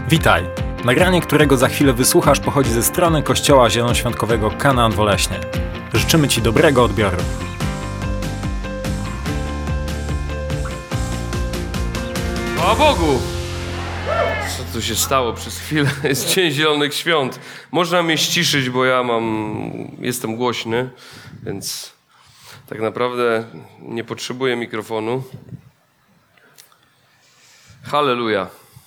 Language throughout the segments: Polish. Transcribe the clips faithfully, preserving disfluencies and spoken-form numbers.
Witaj! Nagranie, którego za chwilę wysłuchasz, pochodzi ze strony Kościoła Zielonoświątkowego Kanaan w Oleśnie. Życzymy Ci dobrego odbioru. Chwała Bogu! Co tu się stało przez chwilę? Jest Dzień Zielonych Świąt. Można mnie ściszyć, bo ja mam... jestem głośny, więc tak naprawdę nie potrzebuję mikrofonu. Halleluja.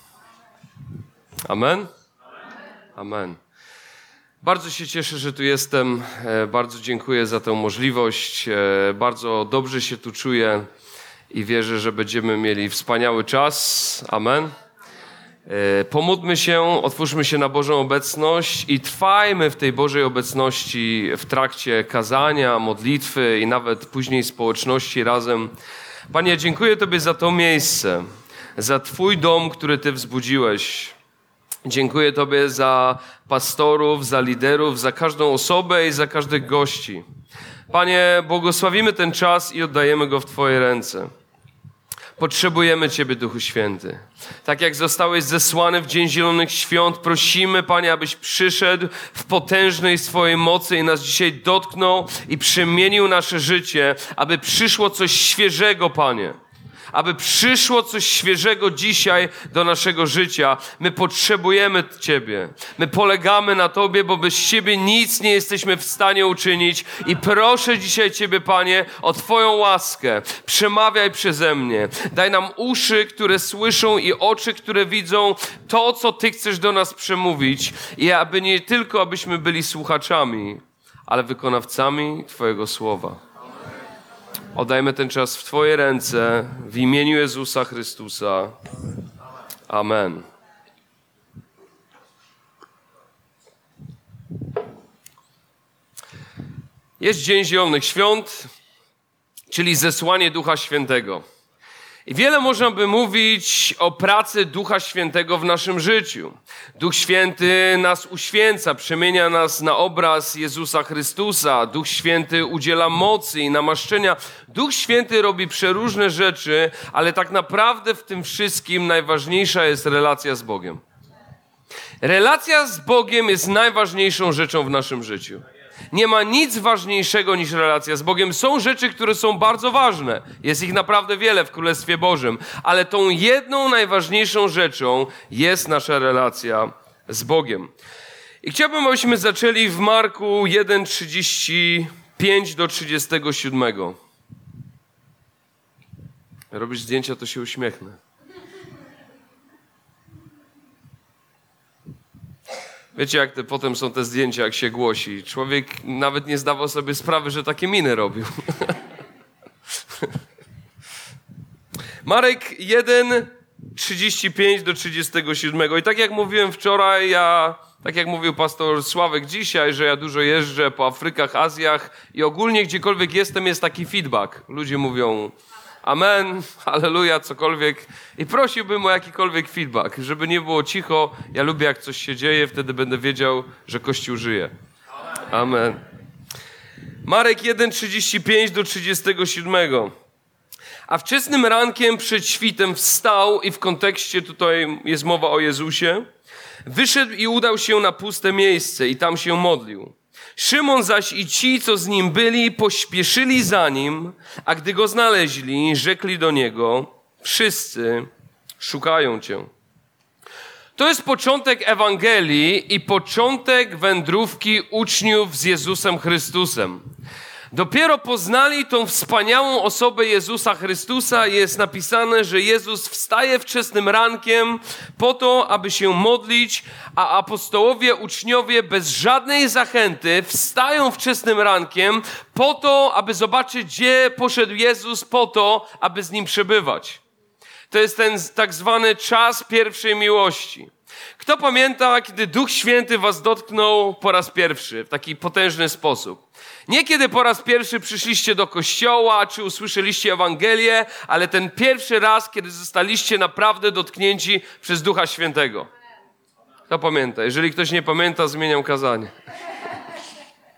Amen? Amen. Bardzo się cieszę, że tu jestem. Bardzo dziękuję za tę możliwość. Bardzo dobrze się tu czuję i wierzę, że będziemy mieli wspaniały czas. Amen. Pomódlmy się, otwórzmy się na Bożą obecność i trwajmy w tej Bożej obecności w trakcie kazania, modlitwy i nawet później społeczności razem. Panie, dziękuję Tobie za to miejsce, za Twój dom, który Ty wzbudziłeś. Dziękuję Tobie za pastorów, za liderów, za każdą osobę i za każdych gości. Panie, błogosławimy ten czas i oddajemy go w Twoje ręce. Potrzebujemy Ciebie, Duchu Święty. Tak jak zostałeś zesłany w Dzień Zielonych Świąt, prosimy, Panie, abyś przyszedł w potężnej swojej mocy i nas dzisiaj dotknął i przemienił nasze życie, aby przyszło coś świeżego, Panie. Aby przyszło coś świeżego dzisiaj do naszego życia. My potrzebujemy Ciebie. My polegamy na Tobie, bo bez Ciebie nic nie jesteśmy w stanie uczynić. I proszę dzisiaj Ciebie, Panie, o Twoją łaskę. Przemawiaj przeze mnie. Daj nam uszy, które słyszą i oczy, które widzą to, co Ty chcesz do nas przemówić. I aby nie tylko, abyśmy byli słuchaczami, ale wykonawcami Twojego słowa. Oddajmy ten czas w Twoje ręce, w imieniu Jezusa Chrystusa. Amen. Jest Dzień Zielonych Świąt, czyli zesłanie Ducha Świętego. I wiele można by mówić o pracy Ducha Świętego w naszym życiu. Duch Święty nas uświęca, przemienia nas na obraz Jezusa Chrystusa. Duch Święty udziela mocy i namaszczenia. Duch Święty robi przeróżne rzeczy, ale tak naprawdę w tym wszystkim najważniejsza jest relacja z Bogiem. Relacja z Bogiem jest najważniejszą rzeczą w naszym życiu. Nie ma nic ważniejszego niż relacja z Bogiem. Są rzeczy, które są bardzo ważne. Jest ich naprawdę wiele w Królestwie Bożym. Ale tą jedną najważniejszą rzeczą jest nasza relacja z Bogiem. I chciałbym, abyśmy zaczęli w Marku jeden, trzydzieści pięć do trzydziestego siódmego. Robisz zdjęcia, to się uśmiechnę. Wiecie, jak te, potem są te zdjęcia, jak się głosi. Człowiek nawet nie zdawał sobie sprawy, że takie miny robił. Marek jeden, trzydzieści pięć do trzydziestego siódmego. I tak jak mówiłem wczoraj, ja, tak jak mówił pastor Sławek dzisiaj, że ja dużo jeżdżę po Afrykach, Azjach i ogólnie gdziekolwiek jestem, jest taki feedback. Ludzie mówią amen, halleluja, cokolwiek. I prosiłbym o jakikolwiek feedback, żeby nie było cicho. Ja lubię, jak coś się dzieje, wtedy będę wiedział, że Kościół żyje. Amen. Marek jeden, trzydzieści pięć do trzydziestego siódmego. A wczesnym rankiem przed świtem wstał, i w kontekście tutaj jest mowa o Jezusie, wyszedł i udał się na puste miejsce i tam się modlił. Szymon zaś i ci, co z nim byli, pośpieszyli za nim, a gdy go znaleźli, rzekli do niego: wszyscy szukają Cię. To jest początek Ewangelii i początek wędrówki uczniów z Jezusem Chrystusem. Dopiero poznali tą wspaniałą osobę Jezusa Chrystusa. Jest napisane, że Jezus wstaje wczesnym rankiem po to, aby się modlić, a apostołowie, uczniowie bez żadnej zachęty wstają wczesnym rankiem po to, aby zobaczyć, gdzie poszedł Jezus, po to, aby z Nim przebywać. To jest ten tak zwany czas pierwszej miłości. Kto pamięta, kiedy Duch Święty was dotknął po raz pierwszy w taki potężny sposób? Nie kiedy po raz pierwszy przyszliście do kościoła, czy usłyszeliście Ewangelię, ale ten pierwszy raz, kiedy zostaliście naprawdę dotknięci przez Ducha Świętego. Kto pamięta? Jeżeli ktoś nie pamięta, zmieniam kazanie.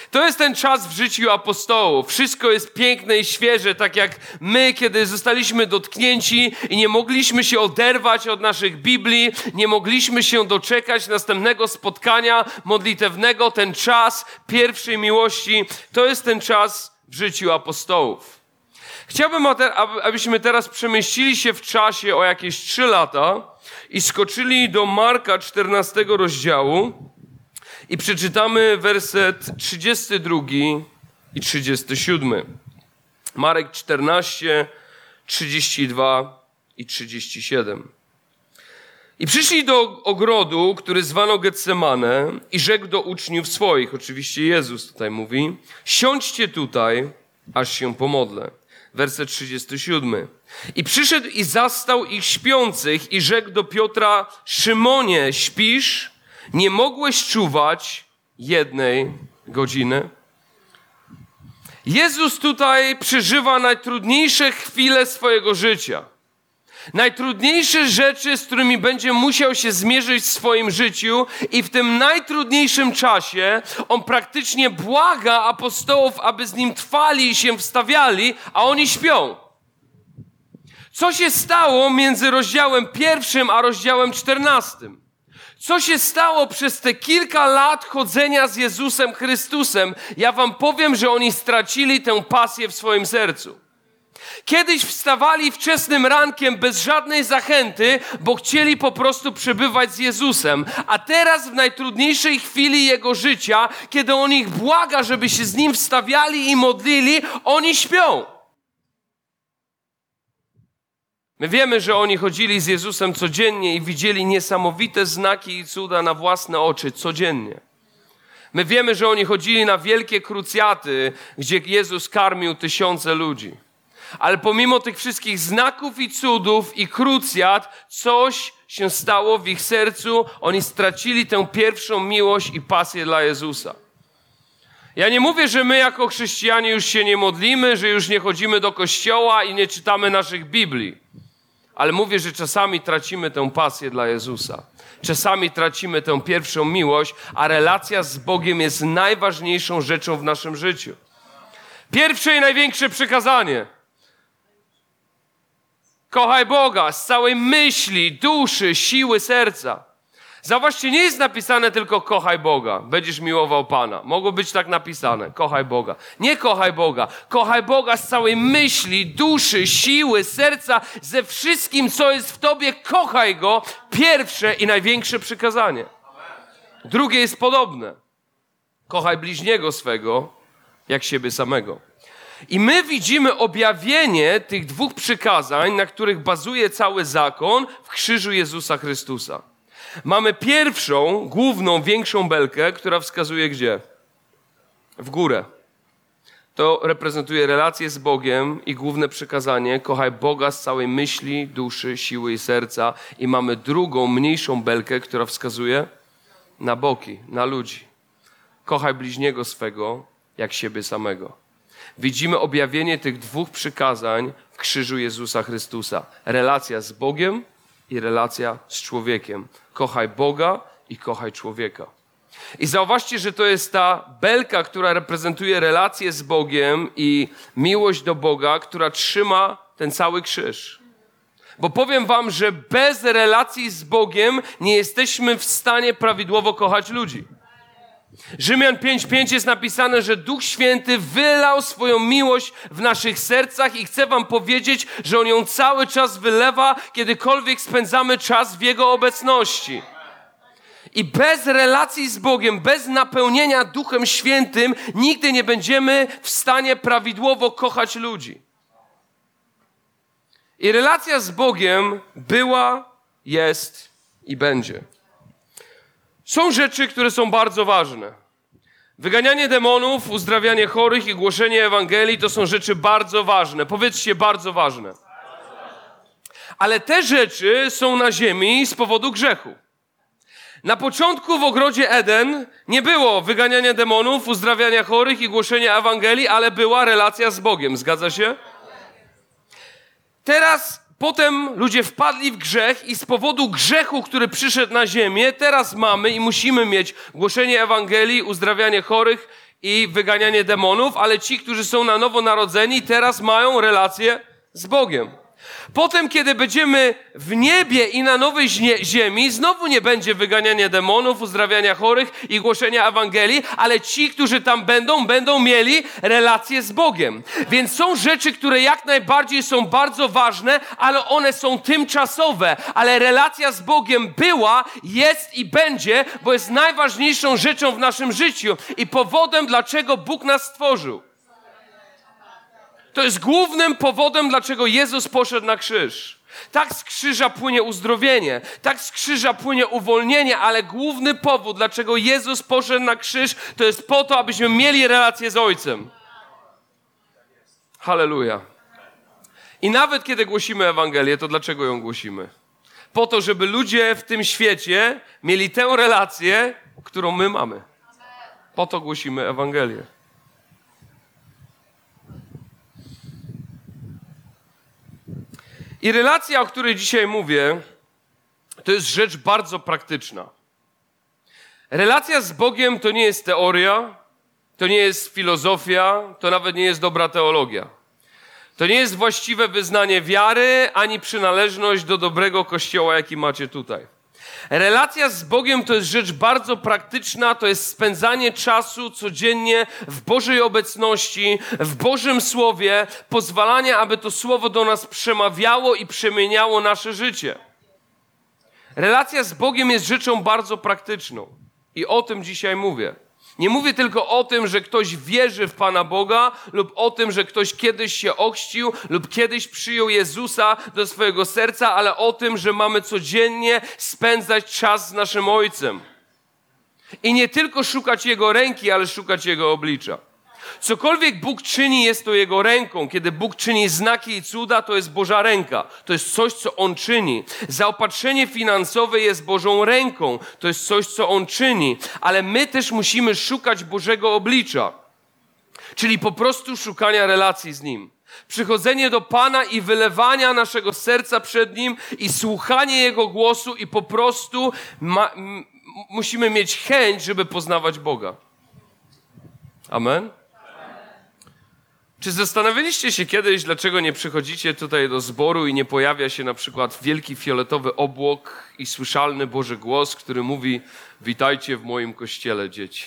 To jest ten czas w życiu apostołów. Wszystko jest piękne i świeże, tak jak my, kiedy zostaliśmy dotknięci i nie mogliśmy się oderwać od naszych Biblii, nie mogliśmy się doczekać następnego spotkania modlitewnego, ten czas pierwszej miłości, to jest ten czas w życiu apostołów. Chciałbym, abyśmy teraz przemieścili się w czasie o jakieś trzy lata i skoczyli do Marka czternastego rozdziału i przeczytamy werset trzydziesty drugi i trzydziesty siódmy. Marek czternaście, trzydzieści dwa i trzydzieści siedem. I przyszli do ogrodu, który zwano Getsemane, i rzekł do uczniów swoich, oczywiście Jezus tutaj mówi, siądźcie tutaj, aż się pomodlę. Werset trzydziesty siódmy. I przyszedł i zastał ich śpiących i rzekł do Piotra, Szymonie, śpisz? Nie mogłeś czuwać jednej godziny? Jezus tutaj przeżywa najtrudniejsze chwile swojego życia. Najtrudniejsze rzeczy, z którymi będzie musiał się zmierzyć w swoim życiu i w tym najtrudniejszym czasie on praktycznie błaga apostołów, aby z nim trwali i się wstawiali, a oni śpią. Co się stało między rozdziałem pierwszym a rozdziałem czternastym? Co się stało przez te kilka lat chodzenia z Jezusem Chrystusem? Ja wam powiem, że oni stracili tę pasję w swoim sercu. Kiedyś wstawali wczesnym rankiem bez żadnej zachęty, bo chcieli po prostu przebywać z Jezusem. A teraz w najtrudniejszej chwili Jego życia, kiedy On ich błaga, żeby się z Nim wstawiali i modlili, oni śpią. My wiemy, że oni chodzili z Jezusem codziennie i widzieli niesamowite znaki i cuda na własne oczy codziennie. My wiemy, że oni chodzili na wielkie krucjaty, gdzie Jezus karmił tysiące ludzi. Ale pomimo tych wszystkich znaków i cudów i krucjat, coś się stało w ich sercu. Oni stracili tę pierwszą miłość i pasję dla Jezusa. Ja nie mówię, że my jako chrześcijanie już się nie modlimy, że już nie chodzimy do kościoła i nie czytamy naszych Biblii. Ale mówię, że czasami tracimy tę pasję dla Jezusa. Czasami tracimy tę pierwszą miłość, a relacja z Bogiem jest najważniejszą rzeczą w naszym życiu. Pierwsze i największe przykazanie. Kochaj Boga z całej myśli, duszy, siły, serca. Zauważcie, nie jest napisane tylko kochaj Boga, będziesz miłował Pana. Mogło być tak napisane, kochaj Boga. Nie kochaj Boga, kochaj Boga z całej myśli, duszy, siły, serca, ze wszystkim, co jest w tobie, kochaj Go. Pierwsze i największe przykazanie. Drugie jest podobne. Kochaj bliźniego swego, jak siebie samego. I my widzimy objawienie tych dwóch przykazań, na których bazuje cały zakon w krzyżu Jezusa Chrystusa. Mamy pierwszą, główną, większą belkę, która wskazuje gdzie? W górę. To reprezentuje relację z Bogiem i główne przykazanie, kochaj Boga z całej myśli, duszy, siły i serca. I mamy drugą, mniejszą belkę, która wskazuje na boki, na ludzi. Kochaj bliźniego swego, jak siebie samego. Widzimy objawienie tych dwóch przykazań w krzyżu Jezusa Chrystusa. Relacja z Bogiem i relacja z człowiekiem. Kochaj Boga i kochaj człowieka. I zauważcie, że to jest ta belka, która reprezentuje relację z Bogiem i miłość do Boga, która trzyma ten cały krzyż. Bo powiem wam, że bez relacji z Bogiem nie jesteśmy w stanie prawidłowo kochać ludzi. Rzymian pięć pięć jest napisane, że Duch Święty wylał swoją miłość w naszych sercach i chcę wam powiedzieć, że On ją cały czas wylewa, kiedykolwiek spędzamy czas w Jego obecności. I bez relacji z Bogiem, bez napełnienia Duchem Świętym nigdy nie będziemy w stanie prawidłowo kochać ludzi. I relacja z Bogiem była, jest i będzie. Są rzeczy, które są bardzo ważne. Wyganianie demonów, uzdrawianie chorych i głoszenie Ewangelii to są rzeczy bardzo ważne. Powiedzcie, bardzo ważne. Ale te rzeczy są na ziemi z powodu grzechu. Na początku w ogrodzie Eden nie było wyganiania demonów, uzdrawiania chorych i głoszenia Ewangelii, ale była relacja z Bogiem. Zgadza się? Teraz potem ludzie wpadli w grzech i z powodu grzechu, który przyszedł na ziemię, teraz mamy i musimy mieć głoszenie Ewangelii, uzdrawianie chorych i wyganianie demonów, ale ci, którzy są na nowo narodzeni, teraz mają relację z Bogiem. Potem, kiedy będziemy w niebie i na nowej ziemi, znowu nie będzie wyganiania demonów, uzdrawiania chorych i głoszenia Ewangelii, ale ci, którzy tam będą, będą mieli relację z Bogiem. Więc są rzeczy, które jak najbardziej są bardzo ważne, ale one są tymczasowe. Ale relacja z Bogiem była, jest i będzie, bo jest najważniejszą rzeczą w naszym życiu i powodem, dlaczego Bóg nas stworzył. To jest głównym powodem, dlaczego Jezus poszedł na krzyż. Tak z krzyża płynie uzdrowienie, tak z krzyża płynie uwolnienie, ale główny powód, dlaczego Jezus poszedł na krzyż, to jest po to, abyśmy mieli relację z Ojcem. Halleluja. I nawet kiedy głosimy Ewangelię, to dlaczego ją głosimy? Po to, żeby ludzie w tym świecie mieli tę relację, którą my mamy. Po to głosimy Ewangelię. I relacja, o której dzisiaj mówię, to jest rzecz bardzo praktyczna. Relacja z Bogiem to nie jest teoria, to nie jest filozofia, to nawet nie jest dobra teologia. To nie jest właściwe wyznanie wiary, ani przynależność do dobrego kościoła, jaki macie tutaj. Relacja z Bogiem to jest rzecz bardzo praktyczna, to jest spędzanie czasu codziennie w Bożej obecności, w Bożym Słowie, pozwalanie, aby to Słowo do nas przemawiało i przemieniało nasze życie. Relacja z Bogiem jest rzeczą bardzo praktyczną i o tym dzisiaj mówię. Nie mówię tylko o tym, że ktoś wierzy w Pana Boga lub o tym, że ktoś kiedyś się ochrzcił lub kiedyś przyjął Jezusa do swojego serca, ale o tym, że mamy codziennie spędzać czas z naszym Ojcem. I nie tylko szukać Jego ręki, ale szukać Jego oblicza. Cokolwiek Bóg czyni, jest to Jego ręką. Kiedy Bóg czyni znaki i cuda, to jest Boża ręka. To jest coś, co On czyni. Zaopatrzenie finansowe jest Bożą ręką. To jest coś, co On czyni. Ale my też musimy szukać Bożego oblicza. Czyli po prostu szukania relacji z Nim. Przychodzenie do Pana i wylewania naszego serca przed Nim i słuchanie Jego głosu i po prostu ma, m, musimy mieć chęć, żeby poznawać Boga. Amen? Czy zastanawialiście się kiedyś, dlaczego nie przychodzicie tutaj do zboru i nie pojawia się na przykład wielki fioletowy obłok i słyszalny Boży głos, który mówi: witajcie w moim kościele, dzieci?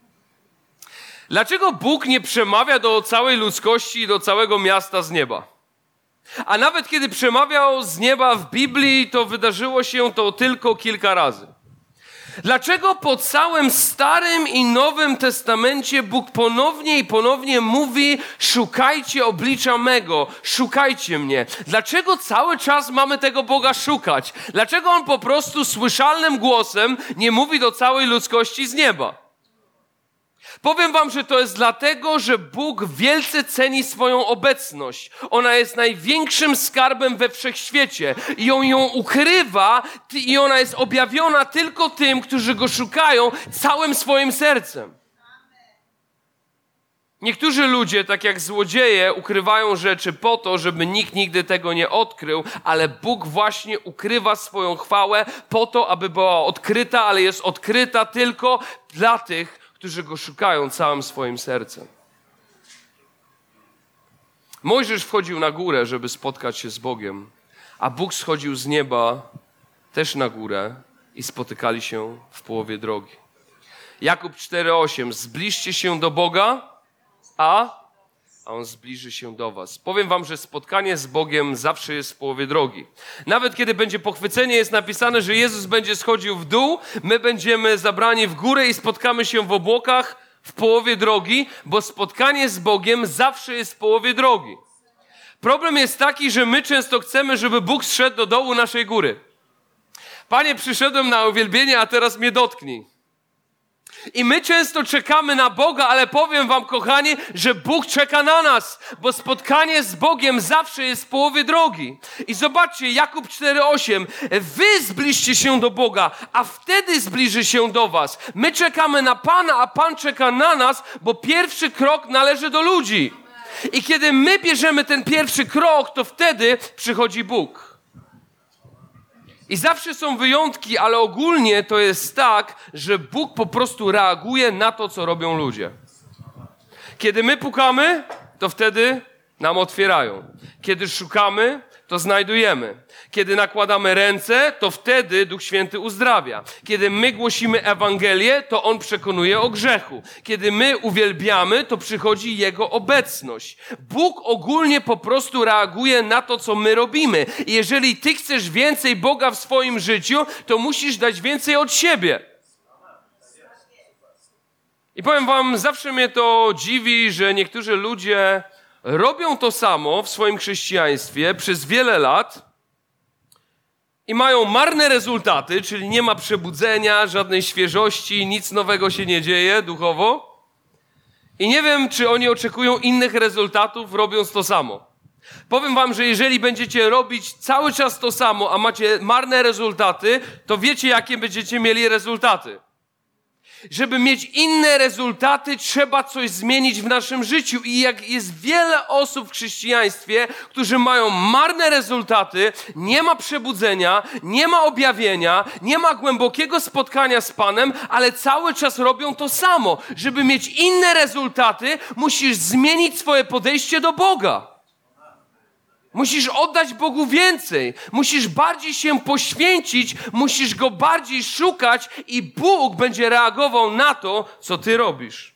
Dlaczego Bóg nie przemawia do całej ludzkości i do całego miasta z nieba? A nawet kiedy przemawiał z nieba w Biblii, to wydarzyło się to tylko kilka razy. Dlaczego po całym Starym i Nowym Testamencie Bóg ponownie i ponownie mówi: szukajcie oblicza mego, szukajcie mnie? Dlaczego cały czas mamy tego Boga szukać? Dlaczego On po prostu słyszalnym głosem nie mówi do całej ludzkości z nieba? Powiem wam, że to jest dlatego, że Bóg wielce ceni swoją obecność. Ona jest największym skarbem we wszechświecie i on ją ukrywa i ona jest objawiona tylko tym, którzy Go szukają całym swoim sercem. Niektórzy ludzie, tak jak złodzieje, ukrywają rzeczy po to, żeby nikt nigdy tego nie odkrył, ale Bóg właśnie ukrywa swoją chwałę po to, aby była odkryta, ale jest odkryta tylko dla tych, którzy Go szukają całym swoim sercem. Mojżesz wchodził na górę, żeby spotkać się z Bogiem, a Bóg schodził z nieba też na górę i spotykali się w połowie drogi. Jakub cztery osiem. Zbliżcie się do Boga, a, a On zbliży się do was. Powiem wam, że spotkanie z Bogiem zawsze jest w połowie drogi. Nawet kiedy będzie pochwycenie, jest napisane, że Jezus będzie schodził w dół, my będziemy zabrani w górę i spotkamy się w obłokach w połowie drogi, bo spotkanie z Bogiem zawsze jest w połowie drogi. Problem jest taki, że my często chcemy, żeby Bóg zszedł do dołu naszej góry. Panie, przyszedłem na uwielbienie, a teraz mnie dotknij. I my często czekamy na Boga, ale powiem wam, kochani, że Bóg czeka na nas, bo spotkanie z Bogiem zawsze jest w połowie drogi. I zobaczcie, Jakub cztery osiem. Wy zbliżcie się do Boga, a wtedy zbliży się do was. My czekamy na Pana, a Pan czeka na nas, bo pierwszy krok należy do ludzi. I kiedy my bierzemy ten pierwszy krok, to wtedy przychodzi Bóg. I zawsze są wyjątki, ale ogólnie to jest tak, że Bóg po prostu reaguje na to, co robią ludzie. Kiedy my pukamy, to wtedy nam otwierają. Kiedy szukamy, to znajdujemy. Kiedy nakładamy ręce, to wtedy Duch Święty uzdrawia. Kiedy my głosimy Ewangelię, to On przekonuje o grzechu. Kiedy my uwielbiamy, to przychodzi Jego obecność. Bóg ogólnie po prostu reaguje na to, co my robimy. I jeżeli ty chcesz więcej Boga w swoim życiu, to musisz dać więcej od siebie. I powiem wam, zawsze mnie to dziwi, że niektórzy ludzie robią to samo w swoim chrześcijaństwie przez wiele lat i mają marne rezultaty, czyli nie ma przebudzenia, żadnej świeżości, nic nowego się nie dzieje duchowo. I nie wiem, czy oni oczekują innych rezultatów, robiąc to samo. Powiem wam, że jeżeli będziecie robić cały czas to samo, a macie marne rezultaty, to wiecie, jakie będziecie mieli rezultaty. Żeby mieć inne rezultaty, trzeba coś zmienić w naszym życiu. I jak jest wiele osób w chrześcijaństwie, którzy mają marne rezultaty, nie ma przebudzenia, nie ma objawienia, nie ma głębokiego spotkania z Panem, ale cały czas robią to samo. Żeby mieć inne rezultaty, musisz zmienić swoje podejście do Boga. Musisz oddać Bogu więcej. Musisz bardziej się poświęcić, musisz Go bardziej szukać i Bóg będzie reagował na to, co ty robisz.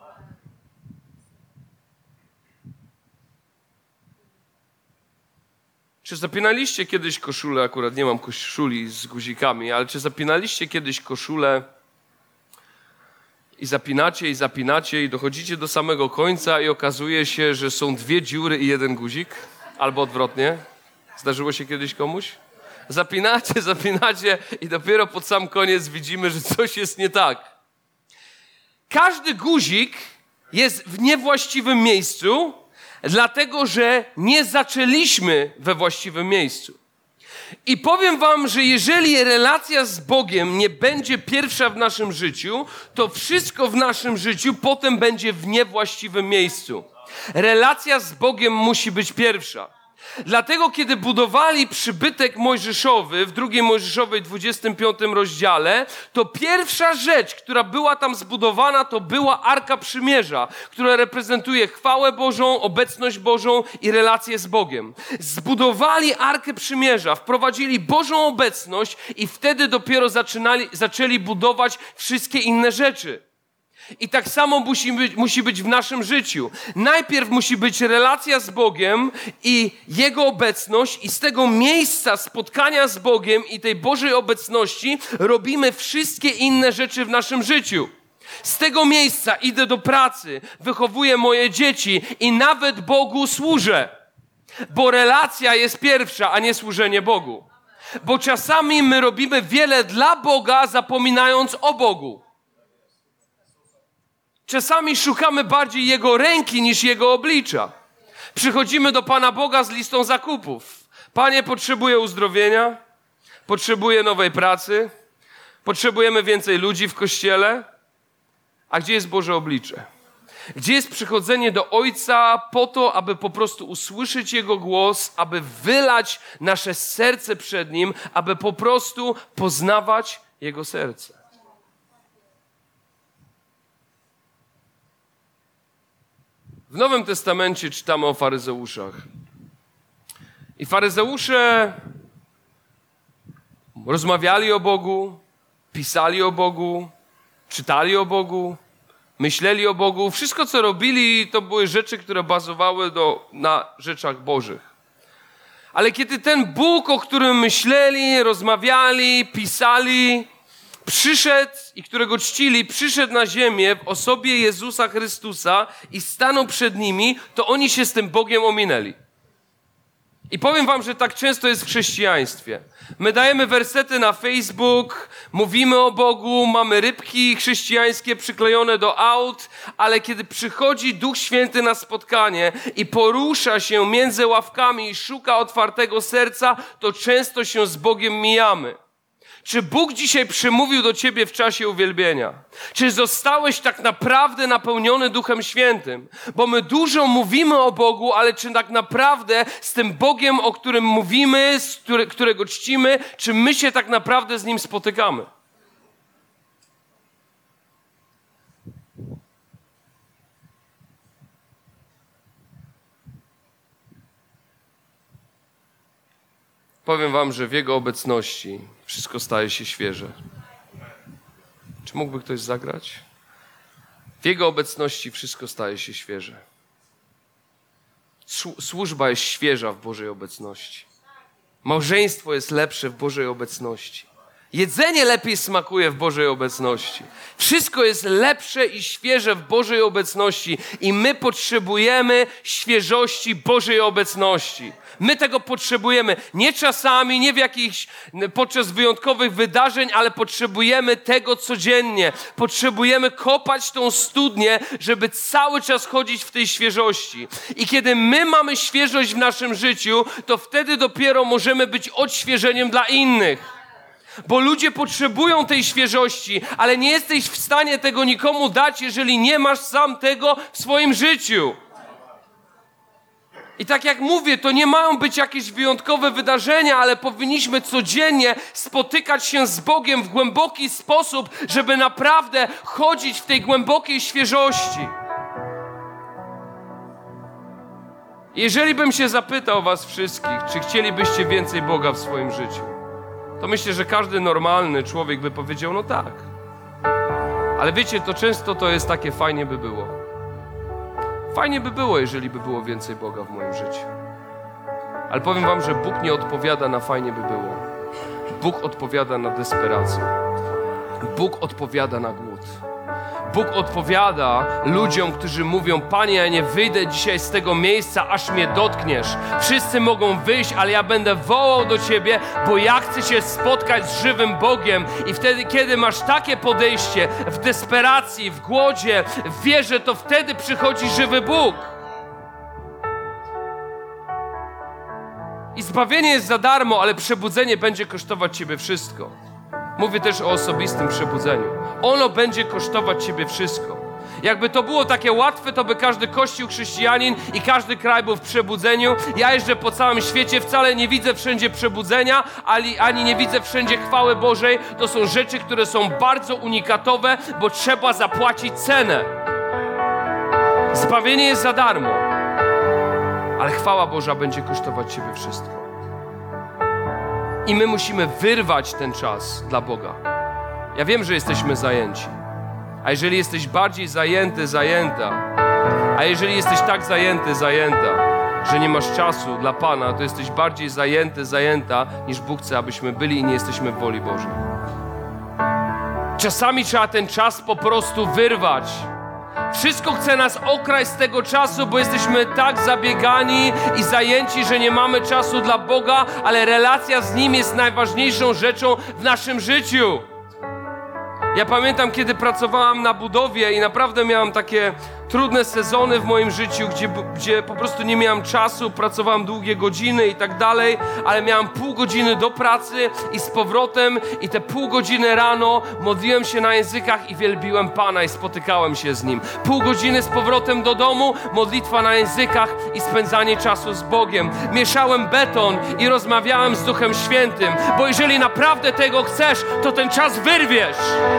Czy zapinaliście kiedyś koszulę, akurat nie mam koszuli z guzikami, ale czy zapinaliście kiedyś koszulę i zapinacie i zapinacie i dochodzicie do samego końca i okazuje się, że są dwie dziury i jeden guzik? Albo odwrotnie. Zdarzyło się kiedyś komuś? Zapinacie, zapinacie i dopiero pod sam koniec widzimy, że coś jest nie tak. Każdy guzik jest w niewłaściwym miejscu, dlatego że nie zaczęliśmy we właściwym miejscu. I powiem wam, że jeżeli relacja z Bogiem nie będzie pierwsza w naszym życiu, to wszystko w naszym życiu potem będzie w niewłaściwym miejscu. Relacja z Bogiem musi być pierwsza. Dlatego, kiedy budowali przybytek mojżeszowy w drugiej Mojżeszowej dwudziestym piątym rozdziale, to pierwsza rzecz, która była tam zbudowana, to była Arka Przymierza, która reprezentuje chwałę Bożą, obecność Bożą i relację z Bogiem. Zbudowali Arkę Przymierza, wprowadzili Bożą obecność i wtedy dopiero zaczynali, zaczęli budować wszystkie inne rzeczy. I tak samo musi być, musi być w naszym życiu. Najpierw musi być relacja z Bogiem i Jego obecność i z tego miejsca spotkania z Bogiem i tej Bożej obecności robimy wszystkie inne rzeczy w naszym życiu. Z tego miejsca idę do pracy, wychowuję moje dzieci i nawet Bogu służę. Bo relacja jest pierwsza, a nie służenie Bogu. Bo czasami my robimy wiele dla Boga, zapominając o Bogu. Czasami szukamy bardziej Jego ręki niż Jego oblicza. Przychodzimy do Pana Boga z listą zakupów. Panie, potrzebuję uzdrowienia, potrzebuję nowej pracy, potrzebujemy więcej ludzi w kościele. A gdzie jest Boże oblicze? Gdzie jest przychodzenie do Ojca po to, aby po prostu usłyszeć Jego głos, aby wylać nasze serce przed Nim, aby po prostu poznawać Jego serce? W Nowym Testamencie czytamy o faryzeuszach. I faryzeusze rozmawiali o Bogu, pisali o Bogu, czytali o Bogu, myśleli o Bogu. Wszystko, co robili, to były rzeczy, które bazowały do, na rzeczach bożych. Ale kiedy ten Bóg, o którym myśleli, rozmawiali, pisali, przyszedł i którego czcili, przyszedł na ziemię w osobie Jezusa Chrystusa i stanął przed nimi, to oni się z tym Bogiem ominęli. I powiem wam, że tak często jest w chrześcijaństwie. My dajemy wersety na Facebook, mówimy o Bogu, mamy rybki chrześcijańskie przyklejone do aut, ale kiedy przychodzi Duch Święty na spotkanie i porusza się między ławkami i szuka otwartego serca, to często się z Bogiem mijamy. Czy Bóg dzisiaj przemówił do ciebie w czasie uwielbienia? Czy zostałeś tak naprawdę napełniony Duchem Świętym? Bo my dużo mówimy o Bogu, ale czy tak naprawdę z tym Bogiem, o którym mówimy, z które, którego czcimy, czy my się tak naprawdę z Nim spotykamy? Powiem wam, że w Jego obecności wszystko staje się świeże. Czy mógłby ktoś zagrać? W Jego obecności wszystko staje się świeże. Służba jest świeża w Bożej obecności. Małżeństwo jest lepsze w Bożej obecności. Jedzenie lepiej smakuje w Bożej obecności. Wszystko jest lepsze i świeże w Bożej obecności i my potrzebujemy świeżości Bożej obecności. My tego potrzebujemy. Nie czasami, nie w jakichś, podczas wyjątkowych wydarzeń, ale potrzebujemy tego codziennie. Potrzebujemy kopać tą studnię, żeby cały czas chodzić w tej świeżości. I kiedy my mamy świeżość w naszym życiu, to wtedy dopiero możemy być odświeżeniem dla innych. Bo ludzie potrzebują tej świeżości, ale nie jesteś w stanie tego nikomu dać, jeżeli nie masz sam tego w swoim życiu. I tak jak mówię, to nie mają być jakieś wyjątkowe wydarzenia, ale powinniśmy codziennie spotykać się z Bogiem w głęboki sposób, żeby naprawdę chodzić w tej głębokiej świeżości. Jeżeli bym się zapytał was wszystkich, czy chcielibyście więcej Boga w swoim życiu, to myślę, że każdy normalny człowiek by powiedział, no tak. Ale wiecie, to często to jest takie fajnie by było. Fajnie by było, jeżeli by było więcej Boga w moim życiu. Ale powiem wam, że Bóg nie odpowiada na fajnie by było. Bóg odpowiada na desperację. Bóg odpowiada na głód. Bóg odpowiada ludziom, którzy mówią, Panie, ja nie wyjdę dzisiaj z tego miejsca, aż mnie dotkniesz. Wszyscy mogą wyjść, ale ja będę wołał do Ciebie, bo ja chcę się spotkać z żywym Bogiem. I wtedy, kiedy masz takie podejście w desperacji, w głodzie, w wierze, to wtedy przychodzi żywy Bóg. I zbawienie jest za darmo, ale przebudzenie będzie kosztować Ciebie wszystko. Mówię też o osobistym przebudzeniu. Ono będzie kosztować Ciebie wszystko. Jakby to było takie łatwe, to by każdy kościół chrześcijanin i każdy kraj był w przebudzeniu. Ja jeżdżę po całym świecie, wcale nie widzę wszędzie przebudzenia, ani, ani nie widzę wszędzie chwały Bożej. To są rzeczy, które są bardzo unikatowe, bo trzeba zapłacić cenę. Zbawienie jest za darmo, ale chwała Boża będzie kosztować Ciebie wszystko. I my musimy wyrwać ten czas dla Boga. Ja wiem, że jesteśmy zajęci. A jeżeli jesteś bardziej zajęty, zajęta, a jeżeli jesteś tak zajęty, zajęta, że nie masz czasu dla Pana, to jesteś bardziej zajęty, zajęta, niż Bóg chce, abyśmy byli i nie jesteśmy w woli Bożej. Czasami trzeba ten czas po prostu wyrwać. Wszystko chce nas okraść z tego czasu, bo jesteśmy tak zabiegani i zajęci, że nie mamy czasu dla Boga, ale relacja z Nim jest najważniejszą rzeczą w naszym życiu. Ja pamiętam, kiedy pracowałam na budowie i naprawdę miałam takie trudne sezony w moim życiu, gdzie, gdzie po prostu nie miałam czasu, pracowałam długie godziny i tak dalej, ale miałam pół godziny do pracy i z powrotem i te pół godziny rano modliłem się na językach i wielbiłem Pana i spotykałem się z Nim. Pół godziny z powrotem do domu, modlitwa na językach i spędzanie czasu z Bogiem. Mieszałem beton i rozmawiałem z Duchem Świętym, bo jeżeli naprawdę tego chcesz, to ten czas wyrwiesz.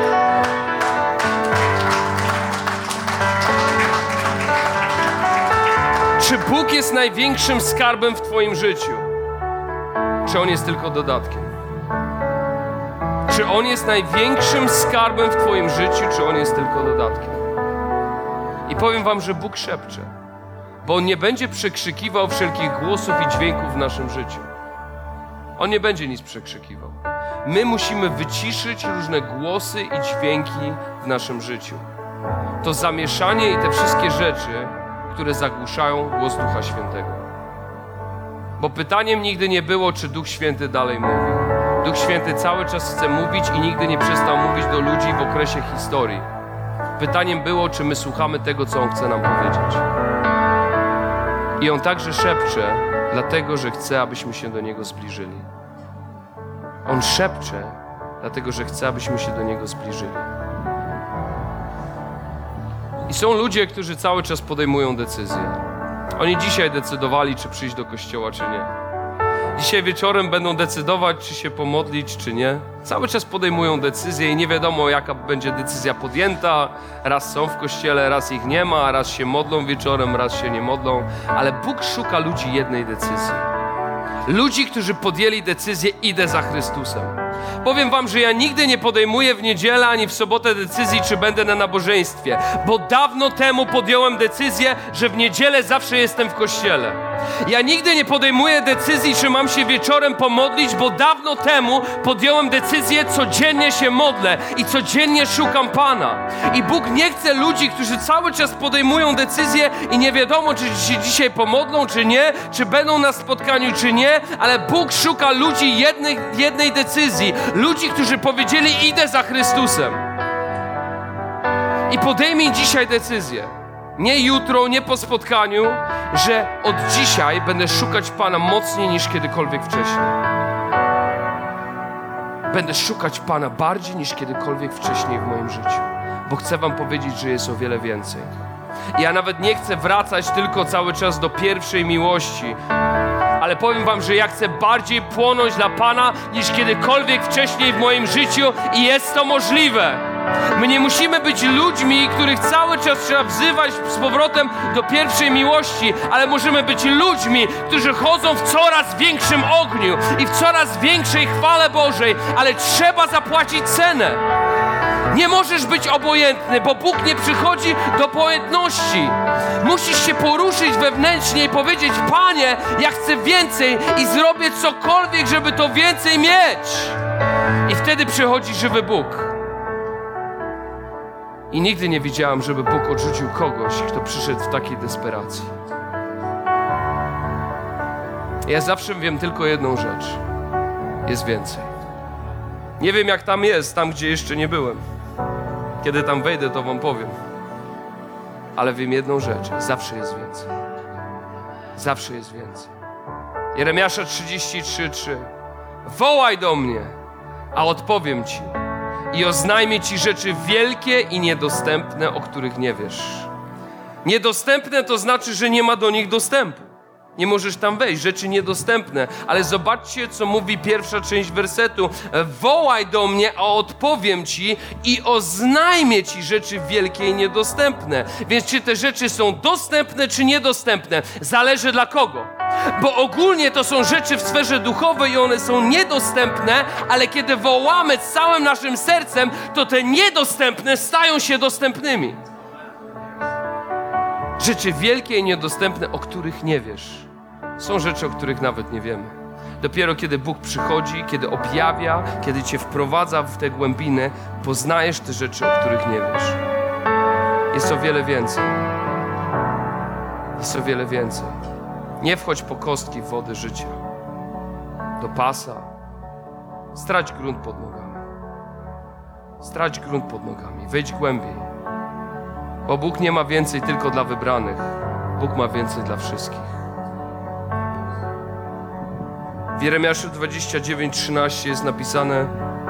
Czy Bóg jest największym skarbem w Twoim życiu? Czy On jest tylko dodatkiem? Czy On jest największym skarbem w Twoim życiu, czy On jest tylko dodatkiem? I powiem Wam, że Bóg szepcze, bo On nie będzie przekrzykiwał wszelkich głosów i dźwięków w naszym życiu. On nie będzie nic przekrzykiwał. My musimy wyciszyć różne głosy i dźwięki w naszym życiu. To zamieszanie i te wszystkie rzeczy, które zagłuszają głos Ducha Świętego. Bo pytaniem nigdy nie było, czy Duch Święty dalej mówi. Duch Święty cały czas chce mówić i nigdy nie przestał mówić do ludzi w okresie historii. Pytaniem było, czy my słuchamy tego, co On chce nam powiedzieć. I On także szepcze, dlatego, że chce, abyśmy się do Niego zbliżyli. On szepcze, dlatego, że chce, abyśmy się do Niego zbliżyli. I są ludzie, którzy cały czas podejmują decyzje. Oni dzisiaj decydowali, czy przyjść do kościoła, czy nie. Dzisiaj wieczorem będą decydować, czy się pomodlić, czy nie. Cały czas podejmują decyzje i nie wiadomo, jaka będzie decyzja podjęta. Raz są w kościele, raz ich nie ma, raz się modlą wieczorem, raz się nie modlą. Ale Bóg szuka ludzi jednej decyzji. Ludzi, którzy podjęli decyzję, idę za Chrystusem. Powiem wam, że ja nigdy nie podejmuję w niedzielę ani w sobotę decyzji, czy będę na nabożeństwie, bo dawno temu podjąłem decyzję, że w niedzielę zawsze jestem w kościele. Ja nigdy nie podejmuję decyzji, czy mam się wieczorem pomodlić, bo dawno temu podjąłem decyzję, codziennie się modlę i codziennie szukam Pana. I Bóg nie chce ludzi, którzy cały czas podejmują decyzję i nie wiadomo, czy się dzisiaj pomodlą, czy nie, czy będą na spotkaniu, czy nie, ale Bóg szuka ludzi jednej, jednej decyzji. Ludzi, którzy powiedzieli, idę za Chrystusem. I podejmij dzisiaj decyzję. Nie jutro, nie po spotkaniu, że od dzisiaj będę szukać Pana mocniej niż kiedykolwiek wcześniej. Będę szukać Pana bardziej niż kiedykolwiek wcześniej w moim życiu. Bo chcę wam powiedzieć, że jest o wiele więcej. I ja nawet nie chcę wracać tylko cały czas do pierwszej miłości, ale powiem wam, że ja chcę bardziej płonąć dla Pana niż kiedykolwiek wcześniej w moim życiu i jest to możliwe. My nie musimy być ludźmi, których cały czas trzeba wzywać z powrotem do pierwszej miłości, ale możemy być ludźmi, którzy chodzą w coraz większym ogniu i w coraz większej chwale Bożej, ale trzeba zapłacić cenę. Nie możesz być obojętny, bo Bóg nie przychodzi do obojętności. Musisz się poruszyć wewnętrznie i powiedzieć: Panie, ja chcę więcej i zrobię cokolwiek, żeby to więcej mieć. I wtedy przychodzi żywy Bóg. I nigdy nie widziałem, żeby Bóg odrzucił kogoś, kto przyszedł w takiej desperacji. Ja zawsze wiem tylko jedną rzecz. Jest więcej. Nie wiem, jak tam jest, tam, gdzie jeszcze nie byłem. Kiedy tam wejdę, to wam powiem. Ale wiem jedną rzecz. Zawsze jest więcej. Zawsze jest więcej. Jeremiasza trzydzieści trzy trzy. Wołaj do mnie, a odpowiem ci i oznajmię ci rzeczy wielkie i niedostępne, o których nie wiesz. Niedostępne to znaczy, że nie ma do nich dostępu. Nie możesz tam wejść, rzeczy niedostępne. Ale zobaczcie, co mówi pierwsza część wersetu. Wołaj do mnie, a odpowiem ci i oznajmię ci rzeczy wielkie i niedostępne. Więc czy te rzeczy są dostępne, czy niedostępne? Zależy dla kogo. Bo ogólnie to są rzeczy w sferze duchowej i one są niedostępne, ale kiedy wołamy z całym naszym sercem, to te niedostępne stają się dostępnymi. Rzeczy wielkie i niedostępne, o których nie wiesz. Są rzeczy, o których nawet nie wiemy. Dopiero kiedy Bóg przychodzi, kiedy objawia, kiedy cię wprowadza w te głębiny, poznajesz te rzeczy, o których nie wiesz. Jest o wiele więcej. Jest o wiele więcej. Nie wchodź po kostki w wody życia. Do pasa. Strać grunt pod nogami. Strać grunt pod nogami. Wejdź głębiej. Bo Bóg nie ma więcej tylko dla wybranych. Bóg ma więcej dla wszystkich. W Jeremiaszu dwadzieścia dziewięć trzynaście jest napisane: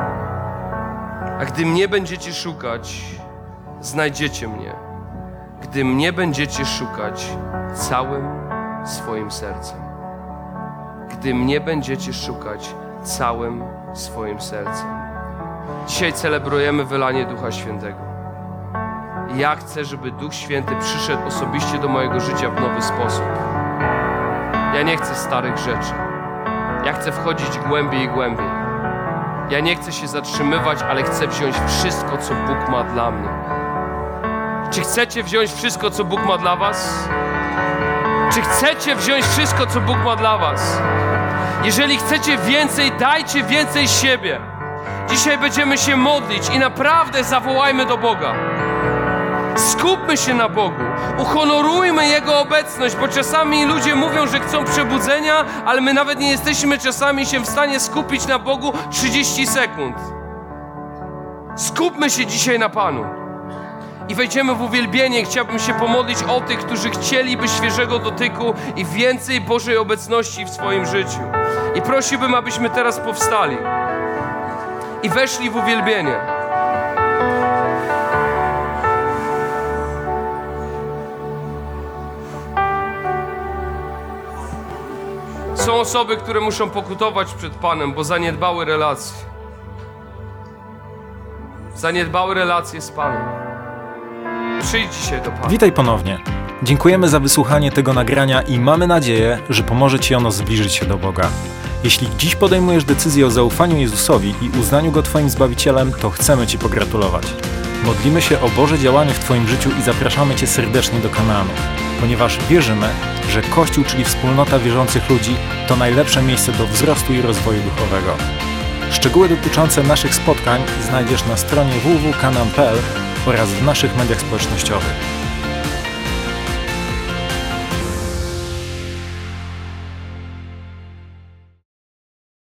a gdy mnie będziecie szukać, znajdziecie mnie. Gdy mnie będziecie szukać całym swoim sercem. Gdy mnie będziecie szukać całym swoim sercem. Dzisiaj celebrujemy wylanie Ducha Świętego. Ja chcę, żeby Duch Święty przyszedł osobiście do mojego życia w nowy sposób. Ja nie chcę starych rzeczy. Ja chcę wchodzić głębiej i głębiej. Ja nie chcę się zatrzymywać, ale chcę wziąć wszystko, co Bóg ma dla mnie. Czy chcecie wziąć wszystko, co Bóg ma dla was? Czy chcecie wziąć wszystko, co Bóg ma dla was? Jeżeli chcecie więcej, dajcie więcej siebie. Dzisiaj będziemy się modlić i naprawdę zawołajmy do Boga. Skupmy się na Bogu, uhonorujmy Jego obecność, bo czasami ludzie mówią, że chcą przebudzenia, ale my nawet nie jesteśmy czasami się w stanie skupić na Bogu trzydzieści sekund. Skupmy się dzisiaj na Panu i wejdziemy w uwielbienie. Chciałbym się pomodlić o tych, którzy chcieliby świeżego dotyku i więcej Bożej obecności w swoim życiu. I prosiłbym, abyśmy teraz powstali i weszli w uwielbienie. Są osoby, które muszą pokutować przed Panem, bo zaniedbały relacje. Zaniedbały relacje z Panem. Przyjdź dzisiaj do Pana. Witaj ponownie. Dziękujemy za wysłuchanie tego nagrania i mamy nadzieję, że pomoże Ci ono zbliżyć się do Boga. Jeśli dziś podejmujesz decyzję o zaufaniu Jezusowi i uznaniu Go Twoim Zbawicielem, to chcemy Ci pogratulować. Modlimy się o Boże działanie w Twoim życiu i zapraszamy Cię serdecznie do Kanaanu, ponieważ wierzymy, że Kościół, czyli wspólnota wierzących ludzi, to najlepsze miejsce do wzrostu i rozwoju duchowego. Szczegóły dotyczące naszych spotkań znajdziesz na stronie w w w kropka kanaan kropka p l oraz w naszych mediach społecznościowych.